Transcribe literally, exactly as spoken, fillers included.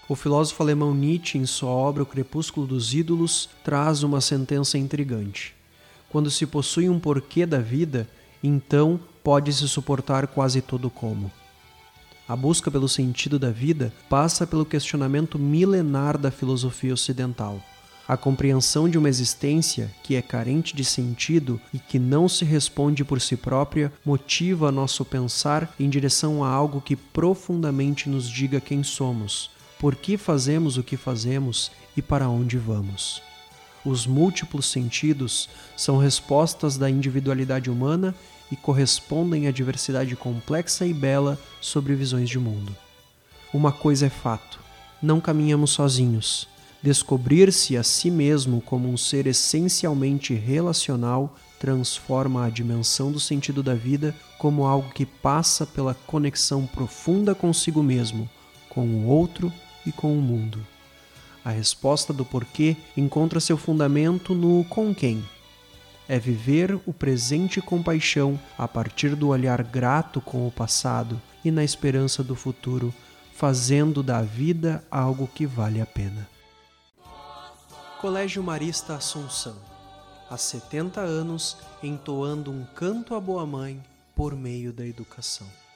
O filósofo alemão Nietzsche, em sua obra O Crepúsculo dos Ídolos, traz uma sentença intrigante. Quando se possui um porquê da vida, então pode-se suportar quase todo o como. A busca pelo sentido da vida passa pelo questionamento milenar da filosofia ocidental. A compreensão de uma existência que é carente de sentido e que não se responde por si própria motiva nosso pensar em direção a algo que profundamente nos diga quem somos, por que fazemos o que fazemos e para onde vamos. Os múltiplos sentidos são respostas da individualidade humana e correspondem à diversidade complexa e bela sobre visões de mundo. Uma coisa é fato: não caminhamos sozinhos. Descobrir-se a si mesmo como um ser essencialmente relacional transforma a dimensão do sentido da vida como algo que passa pela conexão profunda consigo mesmo, com o outro e com o mundo. A resposta do porquê encontra seu fundamento no com quem. É viver o presente com paixão a partir do olhar grato com o passado e na esperança do futuro, fazendo da vida algo que vale a pena. Colégio Marista Assunção. Há setenta anos, entoando um canto à boa mãe por meio da educação.